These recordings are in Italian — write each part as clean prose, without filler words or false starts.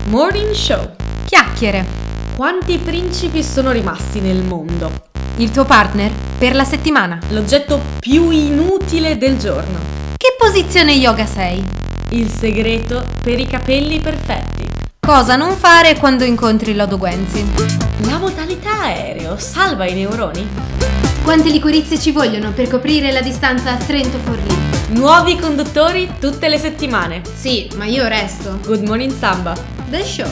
Morning Show. Chiacchiere. Quanti principi sono rimasti nel mondo? Il tuo partner per la settimana. L'oggetto più inutile del giorno. Che posizione yoga sei? Il segreto per i capelli perfetti. Cosa non fare quando incontri Lodo Guenzi? La modalità aereo salva i neuroni. Quante liquirizie ci vogliono per coprire la distanza Trento-Forlì? Nuovi conduttori tutte le settimane. Sì, ma io resto. Good Morning Samba. The Show.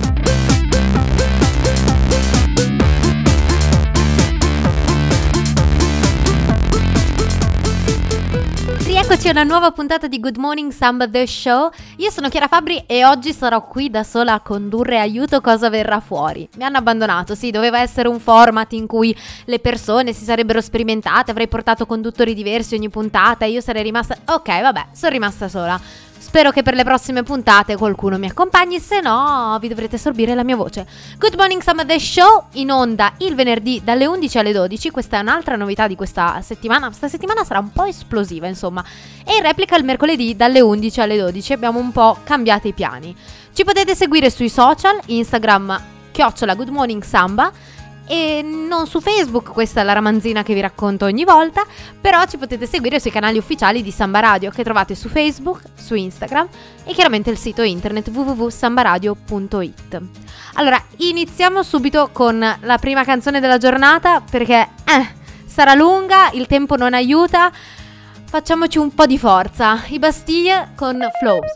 Rieccoci a una nuova puntata di Good Morning Samba The Show. Io sono Chiara Fabbri e oggi sarò qui da sola a condurre Aiuto cosa verrà fuori. Mi hanno abbandonato, sì, doveva essere un format in cui le persone si sarebbero sperimentate, avrei portato conduttori diversi ogni puntata e io sarei rimasta... Ok, vabbè, sono rimasta sola. Spero che per le prossime puntate qualcuno mi accompagni, se no vi dovrete assorbire la mia voce. Good Morning Samba The Show, in onda il venerdì dalle 11 alle 12, questa è un'altra novità di questa settimana sarà un po' esplosiva insomma, e in replica il mercoledì dalle 11 alle 12, abbiamo un po' cambiato i piani. Ci potete seguire sui social, Instagram @goodmorningsamba, e non su Facebook, questa è la ramanzina che vi racconto ogni volta, però ci potete seguire sui canali ufficiali di Samba Radio che trovate su Facebook, su Instagram e chiaramente il sito internet www.sambaradio.it. Allora, iniziamo subito con la prima canzone della giornata perché sarà lunga, il tempo non aiuta, facciamoci un po' di forza. I Bastille con Flows.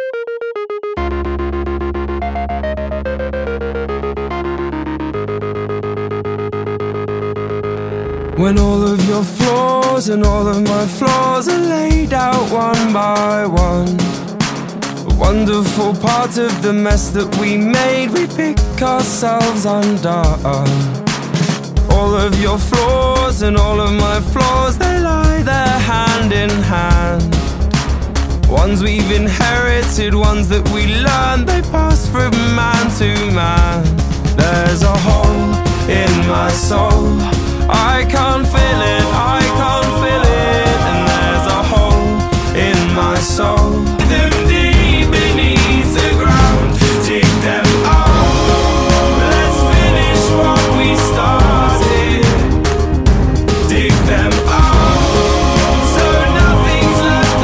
When all of your flaws and all of my flaws are laid out one by one, a wonderful part of the mess that we made, we pick ourselves undone. All of your flaws and all of my flaws, they lie there hand in hand. Ones we've inherited, ones that we learned, they pass from man to man. There's a hole in my soul, I can't feel it, I can't feel it. And there's a hole in my soul. Them deep beneath the ground, dig them out. Let's finish what we started. Dig them out, so nothing's left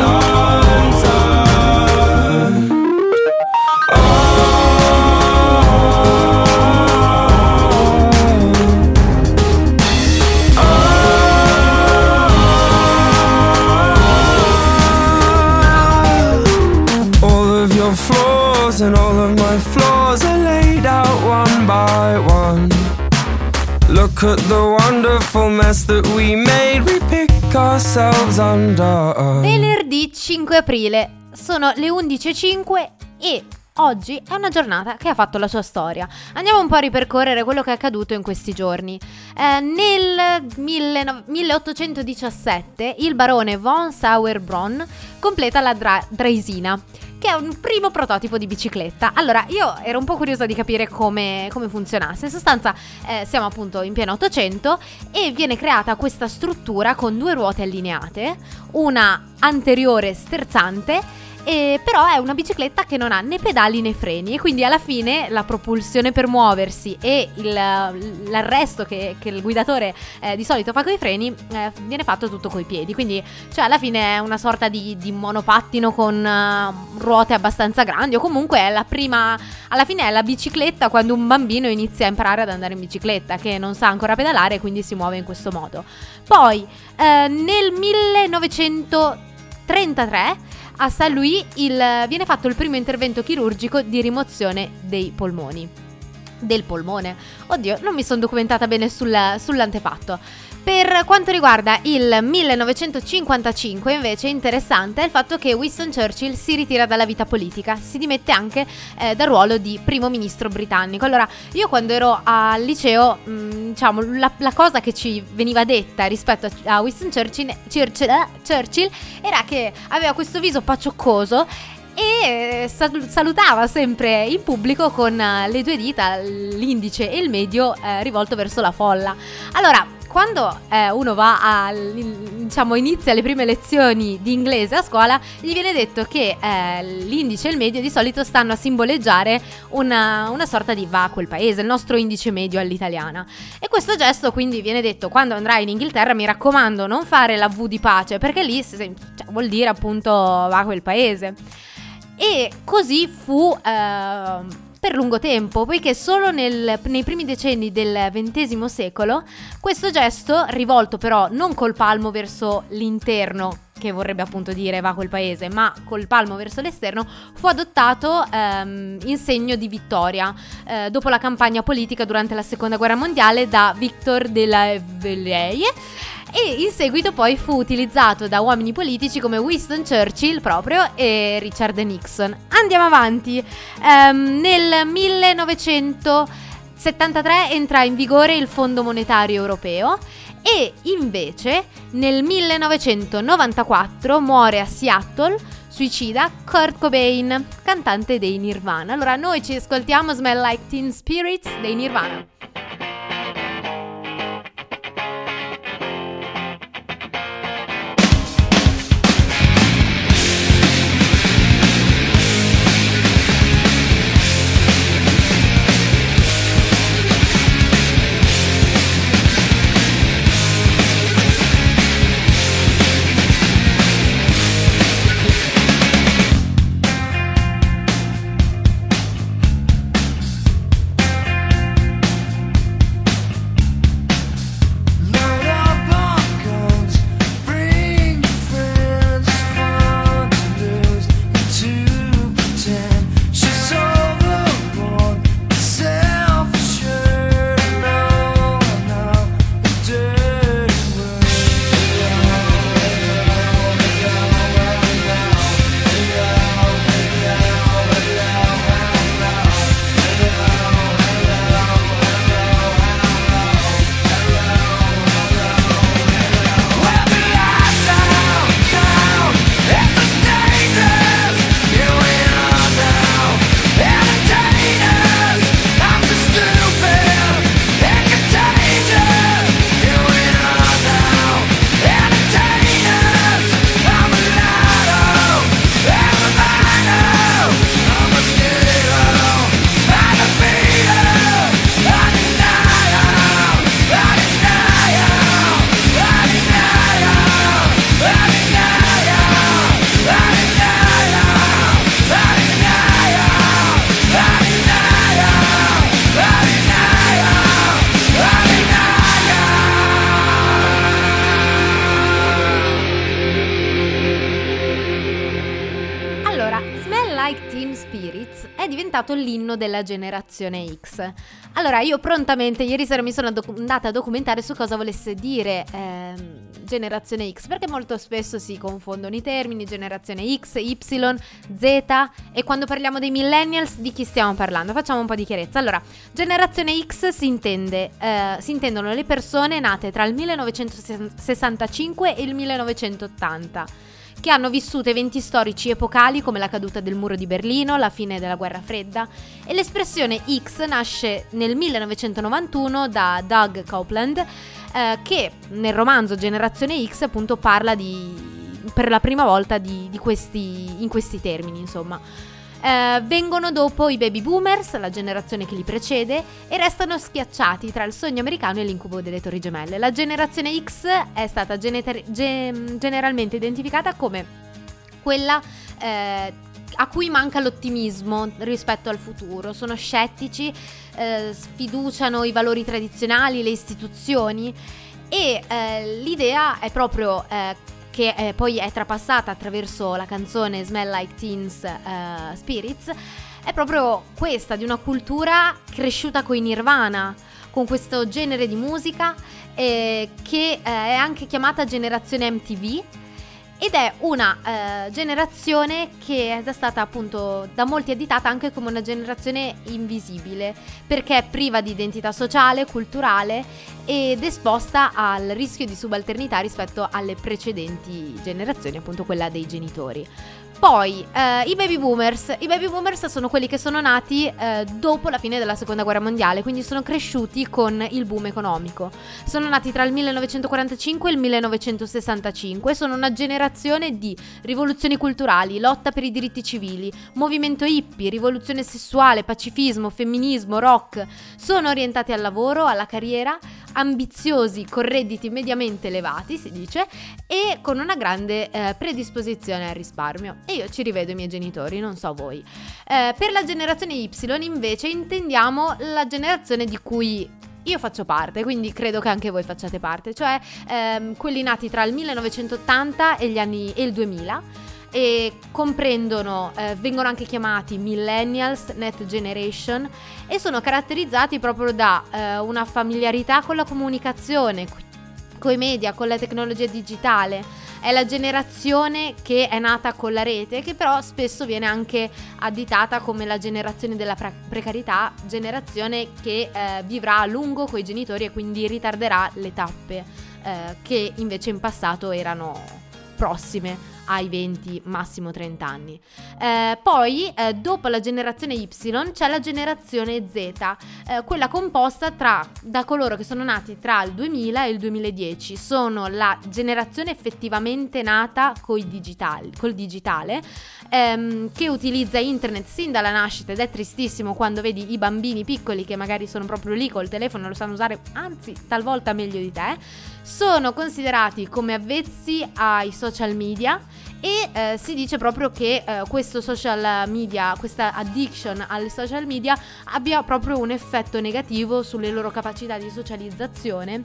undone. And all of my flaws are laid out one by one. Look at the wonderful mess that we made, we pick ourselves undone. Venerdì 5 aprile, sono le 11:05 e oggi è una giornata che ha fatto la sua storia. Andiamo un po' a ripercorrere quello che è accaduto in questi giorni. Nel 1817 il barone von Sauerbrunn completa la Draisina, che è un primo prototipo di bicicletta. Allora, io ero un po' curiosa di capire come funzionasse. In sostanza siamo appunto in pieno 800 e viene creata questa struttura con due ruote allineate, una anteriore sterzante, però è una bicicletta che non ha né pedali né freni, e quindi alla fine la propulsione per muoversi e l'arresto che il guidatore di solito fa coi freni viene fatto tutto coi piedi. Quindi cioè alla fine è una sorta di monopattino con ruote abbastanza grandi, o comunque è alla fine è la bicicletta quando un bambino inizia a imparare ad andare in bicicletta, che non sa ancora pedalare e quindi si muove in questo modo. Poi nel 1933 a Saint-Louis viene fatto il primo intervento chirurgico di rimozione del polmone. Oddio, non mi sono documentata bene sull'antefatto. Per quanto riguarda il 1955 invece interessante è il fatto che Winston Churchill si ritira dalla vita politica, si dimette anche dal ruolo di primo ministro britannico. Allora, io quando ero al liceo, diciamo, la cosa che ci veniva detta rispetto a Winston Churchill era che aveva questo viso paccioccoso e salutava sempre il pubblico con le due dita, l'indice e il medio rivolto verso la folla. Allora, quando uno va inizia le prime lezioni di inglese a scuola, gli viene detto che l'indice e il medio di solito stanno a simboleggiare una sorta di va a quel paese, il nostro indice medio all'italiana. E questo gesto quindi viene detto: quando andrai in Inghilterra, mi raccomando, non fare la V di pace, perché lì vuol dire appunto va a quel paese. E così fu per lungo tempo, poiché solo nei primi decenni del XX secolo questo gesto, rivolto però non col palmo verso l'interno, che vorrebbe appunto dire va a quel paese, ma col palmo verso l'esterno, fu adottato in segno di vittoria dopo la campagna politica durante la Seconda Guerra Mondiale da Victor de la Vallee, e in seguito poi fu utilizzato da uomini politici come Winston Churchill proprio e Richard Nixon. Andiamo avanti. Nel 1973 entra in vigore il Fondo Monetario Europeo e invece nel 1994 muore a Seattle, suicida, Kurt Cobain, cantante dei Nirvana. Allora noi ci ascoltiamo Smell Like Teen Spirits dei Nirvana. L'inno della generazione X. Allora io prontamente ieri sera mi sono andata a documentare su cosa volesse dire generazione X, perché molto spesso si confondono i termini generazione X, Y, Z, e quando parliamo dei millennials di chi stiamo parlando? Facciamo un po' di chiarezza. Allora, generazione X si intendono le persone nate tra il 1965 e il 1980, che hanno vissuto eventi storici epocali come la caduta del muro di Berlino, la fine della guerra fredda, e l'espressione X nasce nel 1991 da Doug Coupland, che nel romanzo Generazione X appunto parla per la prima volta in questi termini, insomma. Vengono dopo i baby boomers, la generazione che li precede, e restano schiacciati tra il sogno americano e l'incubo delle Torri Gemelle. La generazione X è stata generalmente identificata come quella a cui manca l'ottimismo rispetto al futuro. Sono scettici, sfiduciano i valori tradizionali, le istituzioni, e l'idea è proprio che poi è trapassata attraverso la canzone Smell Like Teen Spirits, è proprio questa, di una cultura cresciuta coi Nirvana, con questo genere di musica che è anche chiamata generazione MTV, ed è una generazione che è stata appunto da molti additata anche come una generazione invisibile, perché è priva di identità sociale, culturale ed esposta al rischio di subalternità rispetto alle precedenti generazioni, appunto quella dei genitori. Poi i baby boomers. I baby boomers sono quelli che sono nati dopo la fine della seconda guerra mondiale, quindi sono cresciuti con il boom economico. Sono nati tra il 1945 e il 1965. Sono una generazione di rivoluzioni culturali, lotta per i diritti civili, movimento hippie, rivoluzione sessuale, pacifismo, femminismo, rock. Sono orientati al lavoro, alla carriera, ambiziosi, con redditi mediamente elevati, si dice, e con una grande predisposizione al risparmio. E io ci rivedo i miei genitori, non so voi. Per la generazione Y invece intendiamo la generazione di cui io faccio parte, quindi credo che anche voi facciate parte, cioè quelli nati tra il 1980 e il 2000. E comprendono, vengono anche chiamati millennials, net generation, e sono caratterizzati proprio da una familiarità con la comunicazione, con i media, con la tecnologia digitale. È la generazione che è nata con la rete, che però spesso viene anche additata come la generazione della precarietà, generazione che vivrà a lungo coi genitori e quindi ritarderà le tappe che invece in passato erano prossime ai 20, massimo 30 anni. Poi, dopo la generazione Y, c'è la generazione Z, quella composta da coloro che sono nati tra il 2000 e il 2010. Sono la generazione effettivamente nata col digitale, che utilizza internet sin dalla nascita, ed è tristissimo quando vedi i bambini piccoli che magari sono proprio lì col telefono, lo sanno usare, anzi talvolta meglio di te. Sono considerati come avvezzi ai social media e si dice proprio che questo social media, questa addiction alle social media abbia proprio un effetto negativo sulle loro capacità di socializzazione,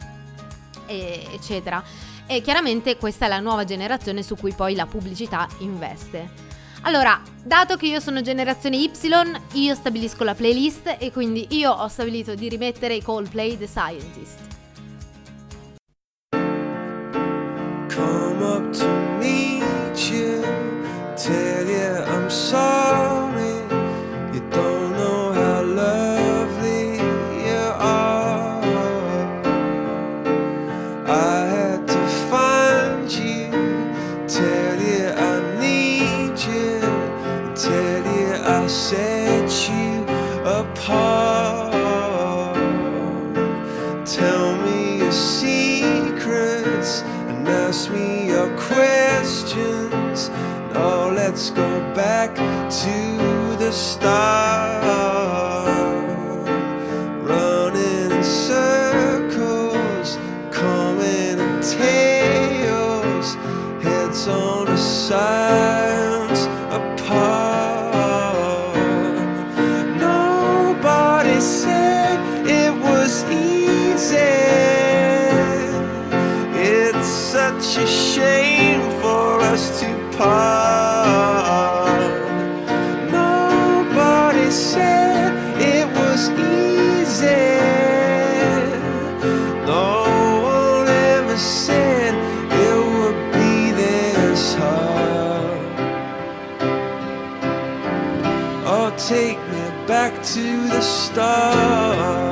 eccetera. E chiaramente questa è la nuova generazione su cui poi la pubblicità investe. Allora, dato che io sono generazione Y, io stabilisco la playlist e quindi io ho stabilito di rimettere i Coldplay, The Scientist. Come up to meet you, tell you I'm sorry. You don't know how lovely you are. I had to find you, tell you I need you, tell you I set you apart. Tell me your secrets, ask me your questions. Now let's go back to the start. Running in circles, coming in tails, heads on the sides apart. Nobody said it was easy. Such a shame for us to part. Nobody said it was easy. No one ever said it would be this hard. Oh, take me back to the start.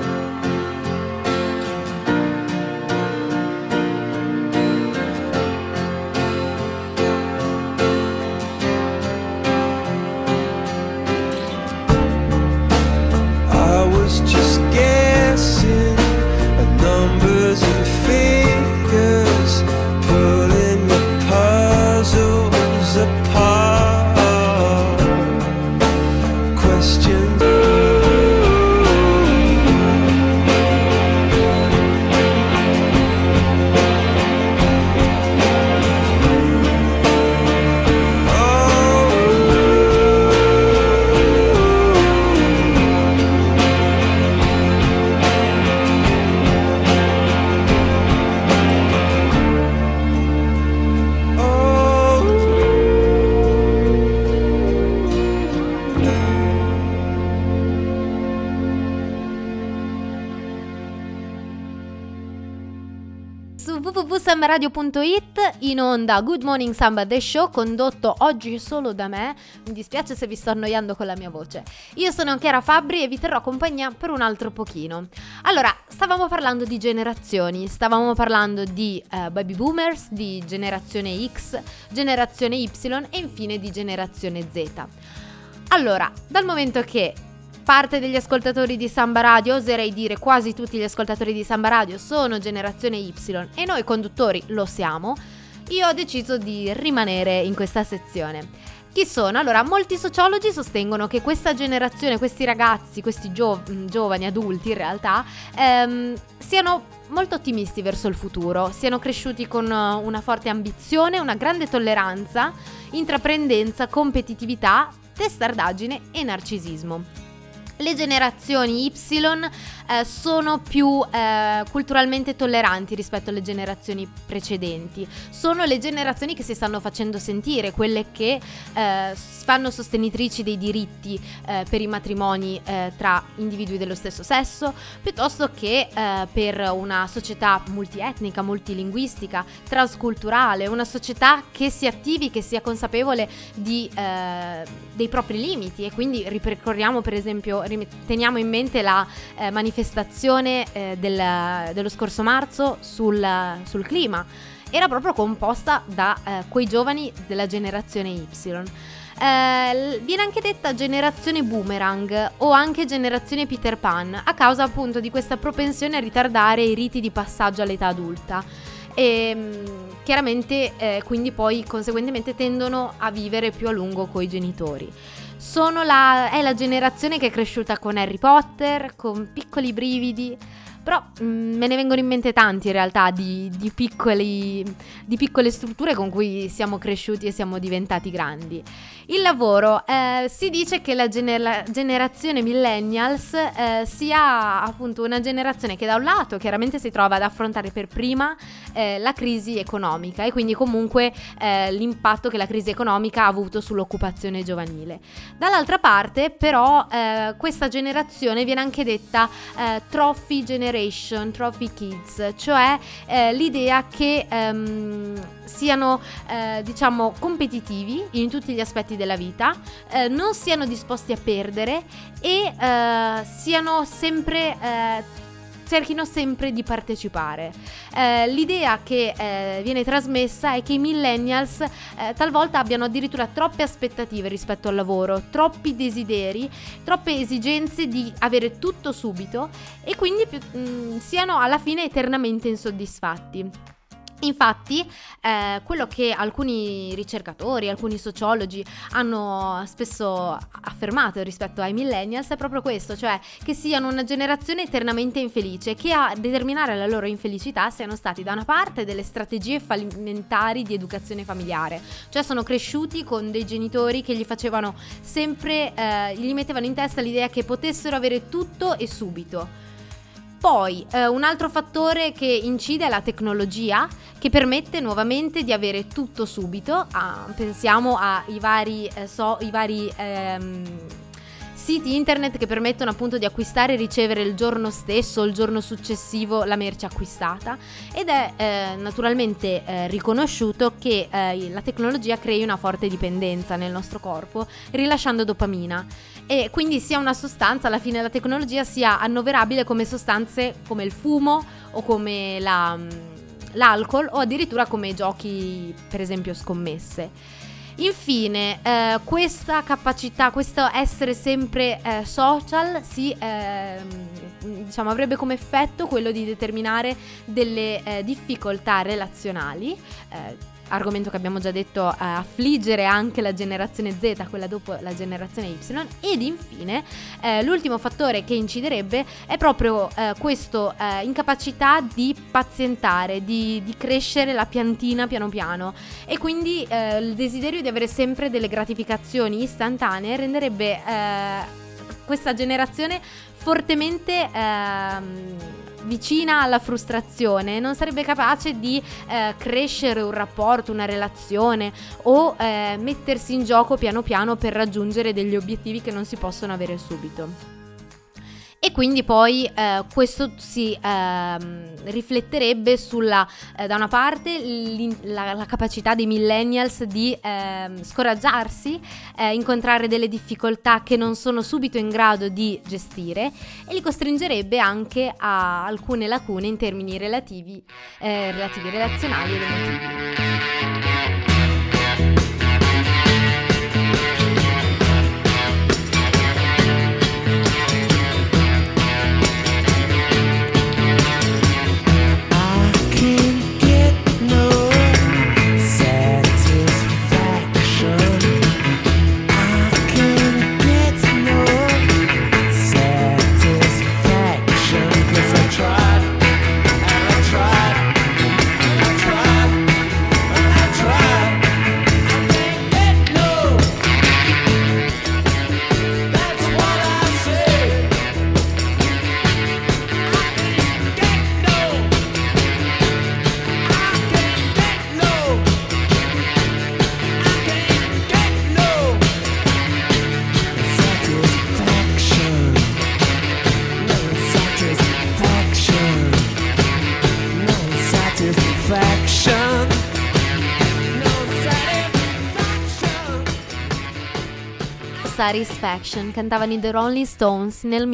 Just guessing at numbers and figures, pulling the puzzles apart. Questions www.sambaradio.it, in onda Good Morning Samba The Show, condotto oggi solo da me. Mi dispiace se vi sto annoiando con la mia voce. Io sono Chiara Fabbri e vi terrò compagnia per un altro pochino. Allora, stavamo parlando di generazioni, stavamo parlando di baby boomers, di generazione X, generazione Y e infine di generazione Z. Allora, dal momento che parte degli ascoltatori di Samba Radio, oserei dire quasi tutti gli ascoltatori di Samba Radio, sono generazione Y e noi conduttori lo siamo, io ho deciso di rimanere in questa sezione. Chi sono? Allora, molti sociologi sostengono che questa generazione, questi ragazzi, questi giovani adulti in realtà, siano molto ottimisti verso il futuro, siano cresciuti con una forte ambizione, una grande tolleranza, intraprendenza, competitività, testardaggine e narcisismo. Le generazioni Y sono più culturalmente tolleranti rispetto alle generazioni precedenti. Sono le generazioni che si stanno facendo sentire, quelle che fanno sostenitrici dei diritti per i matrimoni tra individui dello stesso sesso, piuttosto che per una società multietnica, multilinguistica, transculturale, una società che si attivi, che sia consapevole dei propri limiti. E quindi ripercorriamo, per esempio, teniamo in mente la manifestazione dello scorso marzo sul clima. Era proprio composta da quei giovani della generazione Y. Viene anche detta generazione boomerang o anche generazione Peter Pan, a causa appunto di questa propensione a ritardare i riti di passaggio all'età adulta. E chiaramente quindi poi conseguentemente tendono a vivere più a lungo coi genitori. È la generazione che è cresciuta con Harry Potter, con piccoli brividi, però me ne vengono in mente tanti in realtà di piccole strutture con cui siamo cresciuti e siamo diventati grandi. Il lavoro, si dice che la generazione millennials sia appunto una generazione che da un lato chiaramente si trova ad affrontare per prima la crisi economica e quindi comunque l'impatto che la crisi economica ha avuto sull'occupazione giovanile. Dall'altra parte però questa generazione viene anche detta trophy generation, trophy kids, cioè l'idea che siano diciamo competitivi in tutti gli aspetti della vita, non siano disposti a perdere e siano sempre cerchino sempre di partecipare. L'idea che viene trasmessa è che i millennials talvolta abbiano addirittura troppe aspettative rispetto al lavoro, troppi desideri, troppe esigenze di avere tutto subito e quindi siano alla fine eternamente insoddisfatti. Infatti, quello che alcuni ricercatori, alcuni sociologi hanno spesso affermato rispetto ai millennials è proprio questo, cioè che siano una generazione eternamente infelice, che a determinare la loro infelicità siano stati da una parte delle strategie fallimentari di educazione familiare, cioè sono cresciuti con dei genitori che gli facevano sempre, gli mettevano in testa l'idea che potessero avere tutto e subito. Poi un altro fattore che incide è la tecnologia, che permette nuovamente di avere tutto subito. Pensiamo ai vari siti internet che permettono appunto di acquistare e ricevere il giorno stesso o il giorno successivo la merce acquistata, ed è naturalmente riconosciuto che la tecnologia crei una forte dipendenza nel nostro corpo rilasciando dopamina, e quindi sia una sostanza, alla fine la tecnologia sia annoverabile come sostanze come il fumo o come l'alcol o addirittura come giochi, per esempio scommesse. Infine, questa capacità, questo essere sempre social diciamo avrebbe come effetto quello di determinare delle difficoltà relazionali, argomento che abbiamo già detto, affliggere anche la generazione Z, quella dopo la generazione Y. Ed infine l'ultimo fattore che inciderebbe è proprio questo incapacità di pazientare, di crescere la piantina piano piano, e quindi il desiderio di avere sempre delle gratificazioni istantanee renderebbe questa generazione fortemente vicina alla frustrazione, non sarebbe capace di crescere un rapporto, una relazione o mettersi in gioco piano piano per raggiungere degli obiettivi che non si possono avere subito. E quindi poi questo si rifletterebbe sulla da una parte la capacità dei millennials di scoraggiarsi, incontrare delle difficoltà che non sono subito in grado di gestire, e li costringerebbe anche a alcune lacune in termini relazionali ed emotivi. Satisfaction cantavano i The Rolling Stones nel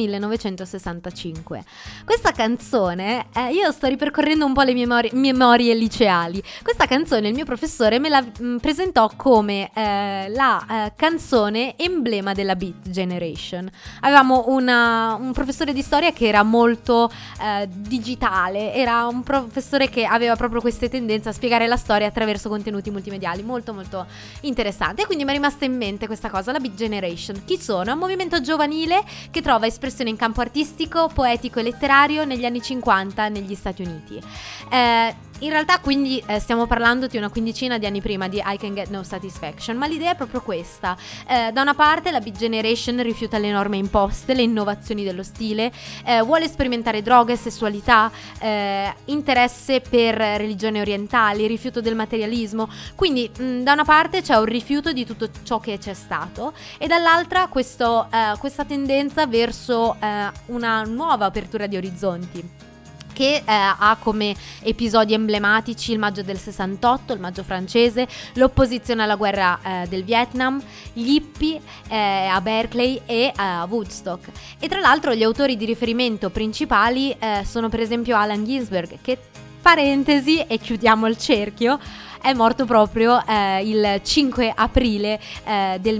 1965. Questa canzone, io sto ripercorrendo un po' le mie memorie liceali. Questa canzone il mio professore me la presentò come la canzone emblema della Beat Generation. Avevamo un professore di storia che era molto digitale, era un professore che aveva proprio queste tendenze a spiegare la storia attraverso contenuti multimediali, molto molto interessante, e quindi mi è rimasta in mente questa cosa, la Beat Generation. Chi sono? È un movimento giovanile che trova espressione in campo artistico, poetico e letterario negli anni 50 negli Stati Uniti. In realtà quindi stiamo parlando di una quindicina di anni prima di I Can Get No Satisfaction, ma l'idea è proprio questa. Da una parte la Beat Generation rifiuta le norme imposte, le innovazioni dello stile, vuole sperimentare droghe, sessualità, interesse per religioni orientali, rifiuto del materialismo. Quindi da una parte c'è un rifiuto di tutto ciò che c'è stato, e dall'altra questa tendenza verso una nuova apertura di orizzonti, che ha come episodi emblematici il maggio del 68, il maggio francese, l'opposizione alla guerra del Vietnam, gli hippie a Berkeley e a Woodstock. E tra l'altro gli autori di riferimento principali sono per esempio Allen Ginsberg, che, parentesi e chiudiamo il cerchio, è morto proprio il 5 aprile del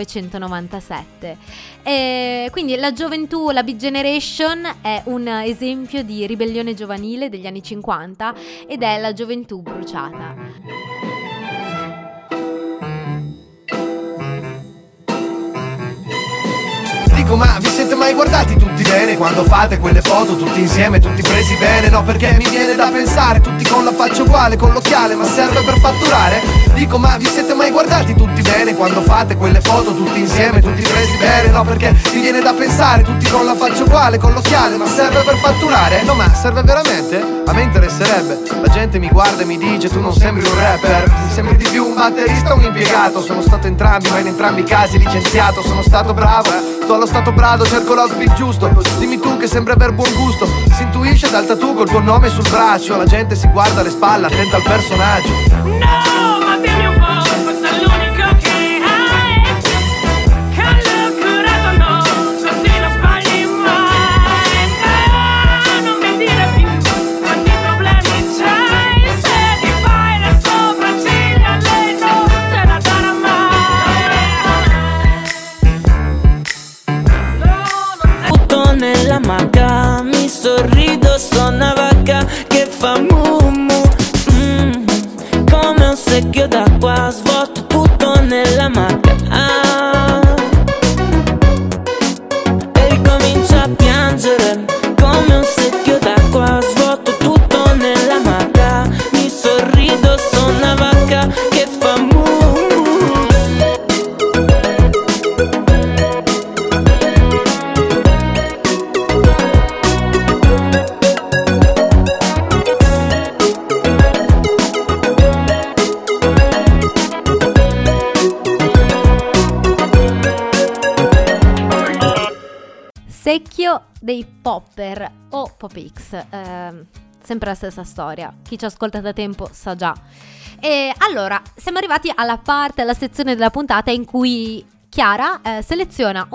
1997. Quindi la gioventù, la Beat Generation, è un esempio di ribellione giovanile degli anni 50 ed è la gioventù bruciata. Ma vi siete mai guardati tutti bene quando fate quelle foto tutti insieme, tutti presi bene? No, perché mi viene da pensare, tutti con la faccia uguale, con l'occhiale, ma serve per fatturare? Dico, ma vi siete mai guardati tutti bene quando fate quelle foto tutti insieme, tutti presi bene? No, perché mi viene da pensare, tutti con la faccia uguale, con l'occhiale, ma serve per fatturare? No, ma serve veramente? A me interesserebbe. La gente mi guarda e mi dice, tu non sembri un rapper, sembri di più un batterista o un impiegato. Sono stato entrambi, ma in entrambi i casi licenziato. Sono stato bravo, sto allo stato brado, cerco l'outfit giusto. Dimmi tu che sembra aver buon gusto. Si intuisce dal tattoo col tuo nome sul braccio. La gente si guarda alle spalle, attenta al personaggio. No, ma dimmi un po', questo è l'unico che hai. Che curato no, così non sbagli mai. No, non mi dire più quanti problemi c'hai. Se ti fai le sopracciglia, lei non te la darà mai. Butto nella macca, mi sorrido, sono una vacca che fa mu mu. Come un secchio d'acqua, svuoto tutto nella macca. E ricomincio a piangere. Come un secchio d'acqua, svuoto tutto nella macca. Mi sorrido, sono una vacca che fa mu. secchio dei Popper o Pop-X, sempre la stessa storia, chi ci ascolta da tempo sa già. E allora, siamo arrivati alla sezione della puntata in cui Chiara seleziona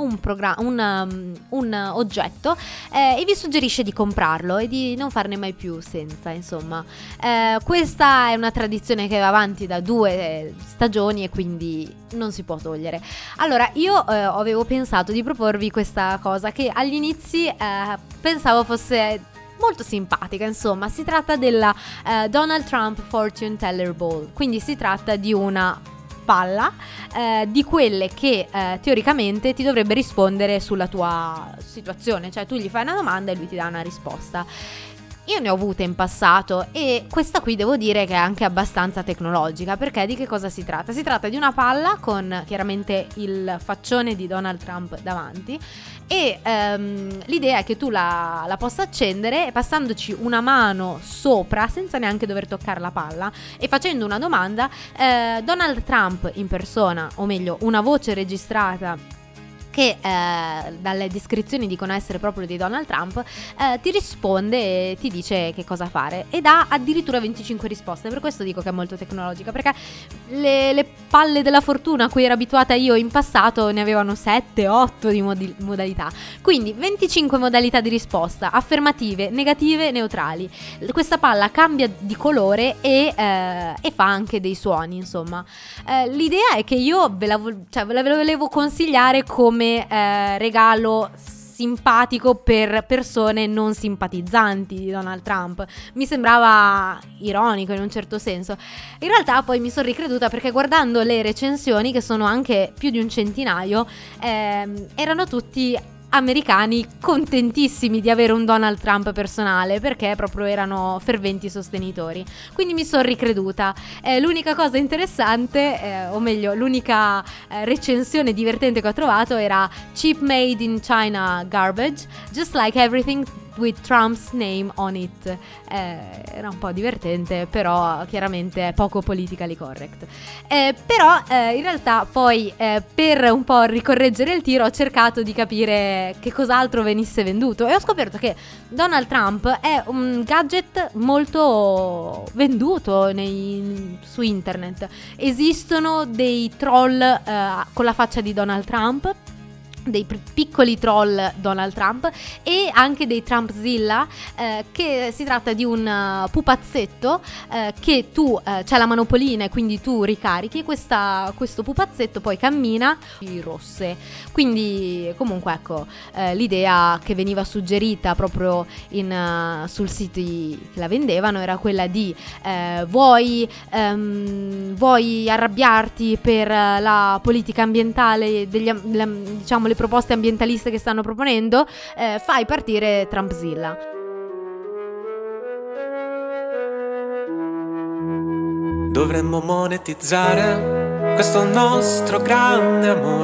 un oggetto e vi suggerisce di comprarlo e di non farne mai più senza, insomma. Questa è una tradizione che va avanti da 2 stagioni e quindi non si può togliere. Allora, io avevo pensato di proporvi questa cosa che agli inizi pensavo fosse molto simpatica, insomma. Si tratta della Donald Trump Fortune Teller Ball, quindi si tratta di una palla di quelle che teoricamente ti dovrebbe rispondere sulla tua situazione, cioè tu gli fai una domanda e lui ti dà una risposta. Io ne ho avute in passato e questa qui devo dire che è anche abbastanza tecnologica, perché di che cosa si tratta? Si tratta di una palla con chiaramente il faccione di Donald Trump davanti e l'idea è che tu la possa accendere e passandoci una mano sopra senza neanche dover toccare la palla e facendo una domanda, Donald Trump in persona, o meglio una voce registrata che dalle descrizioni dicono essere proprio di Donald Trump, ti risponde e ti dice che cosa fare ed ha addirittura 25 risposte. Per questo dico che è molto tecnologica, perché le palle della fortuna a cui ero abituata io in passato ne avevano 7-8 di modalità, quindi 25 modalità di risposta, affermative, negative, neutrali. Questa palla cambia di colore e fa anche dei suoni, insomma. L'idea è che io ve la volevo consigliare come regalo simpatico per persone non simpatizzanti di Donald Trump. Mi sembrava ironico in un certo senso. In realtà poi mi sono ricreduta, perché guardando le recensioni, che sono anche più di un centinaio, erano tutti americani contentissimi di avere un Donald Trump personale, perché proprio erano ferventi sostenitori. Quindi mi sono ricreduta. L'unica cosa interessante, o meglio l'unica recensione divertente che ho trovato era "Cheap made in China garbage, just like everything with Trump's name on it". Era un po' divertente, però chiaramente è poco politically correct. Però in realtà poi per un po' ricorreggere il tiro ho cercato di capire che cos'altro venisse venduto e ho scoperto che Donald Trump è un gadget molto venduto su internet. Esistono dei troll con la faccia di Donald Trump, dei piccoli troll Donald Trump e anche dei Trumpzilla, che si tratta di un pupazzetto che tu c'è la manopolina e quindi tu ricarichi questo pupazzetto, poi cammina rosse. Quindi comunque ecco, l'idea che veniva suggerita proprio sul sito che la vendevano era quella di vuoi arrabbiarti per la politica ambientale diciamo le proposte ambientaliste che stanno proponendo, fai partire Trumpzilla. Dovremmo monetizzare questo nostro grande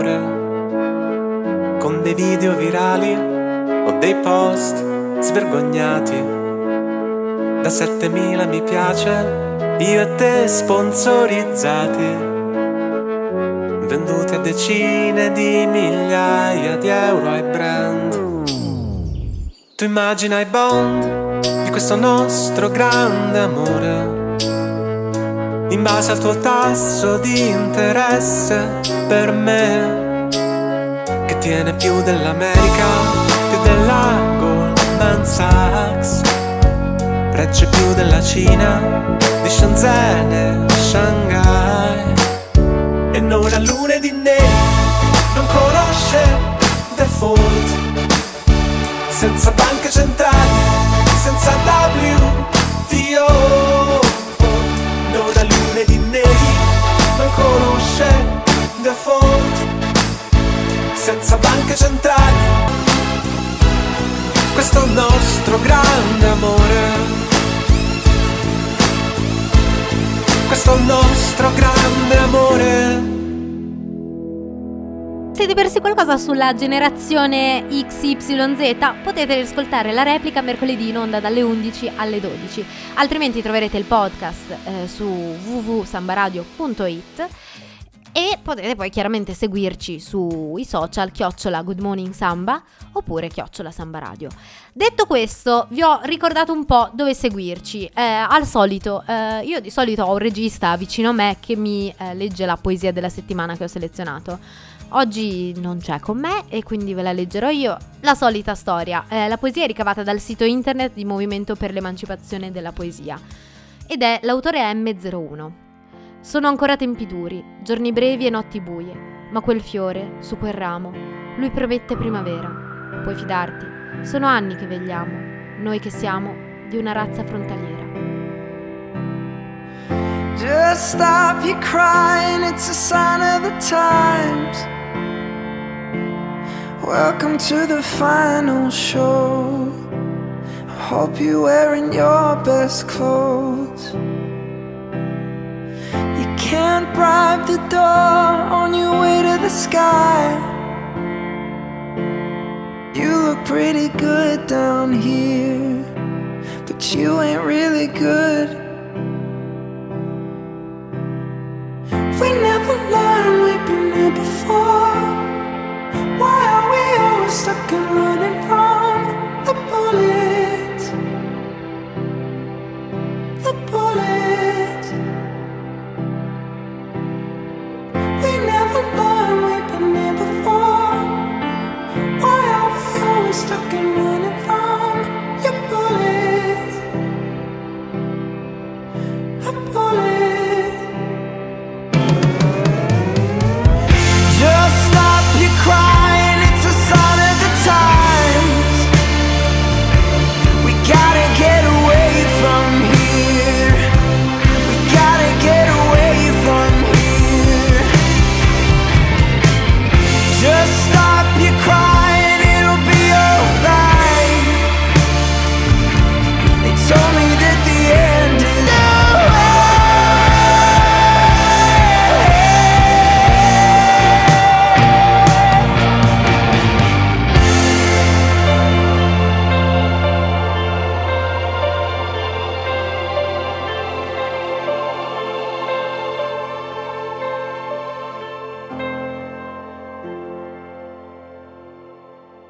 amore con dei video virali o dei post svergognati da 7000 mi piace, io e te sponsorizzati, venduti a decine di migliaia di euro ai brand. Tu immagina i bond di questo nostro grande amore in base al tuo tasso di interesse per me, che tiene più dell'America, più della Goldman Sachs, regge più della Cina, di Shenzhen e Shanghai. E non ha lune di neri, non conosce default, senza banche centrali, senza WTO. Non ha lune di neri, non conosce default, senza banche centrali. Questo è il nostro grande amore, questo è il nostro grande amore. Siete persi qualcosa sulla generazione XYZ? Potete riscoltare la replica mercoledì in onda dalle 11 alle 12. Altrimenti troverete il podcast su www.sambaradio.it. E potete poi chiaramente seguirci sui social @Good Morning Samba oppure @Samba Radio. Detto questo, vi ho ricordato un po' dove seguirci. Al solito, io di solito ho un regista vicino a me che mi legge la poesia della settimana che ho selezionato. Oggi non c'è con me e quindi ve la leggerò io. La solita storia. La poesia è ricavata dal sito internet di Movimento per l'Emancipazione della Poesia ed l'autore è M01. Sono ancora tempi duri, giorni brevi e notti buie, ma quel fiore, su quel ramo, lui promette primavera. Puoi fidarti, sono anni che vegliamo, noi che siamo di una razza frontaliera. Just stop your crying, it's a sign of the times. Welcome to the final show. I hope you're wearing your best clothes. Can't bribe the door on your way to the sky. You look pretty good down here, but you ain't really good. We never learned, we've been here before. Why are we always stuck and running from the bullets? The bullets. Stuck and running from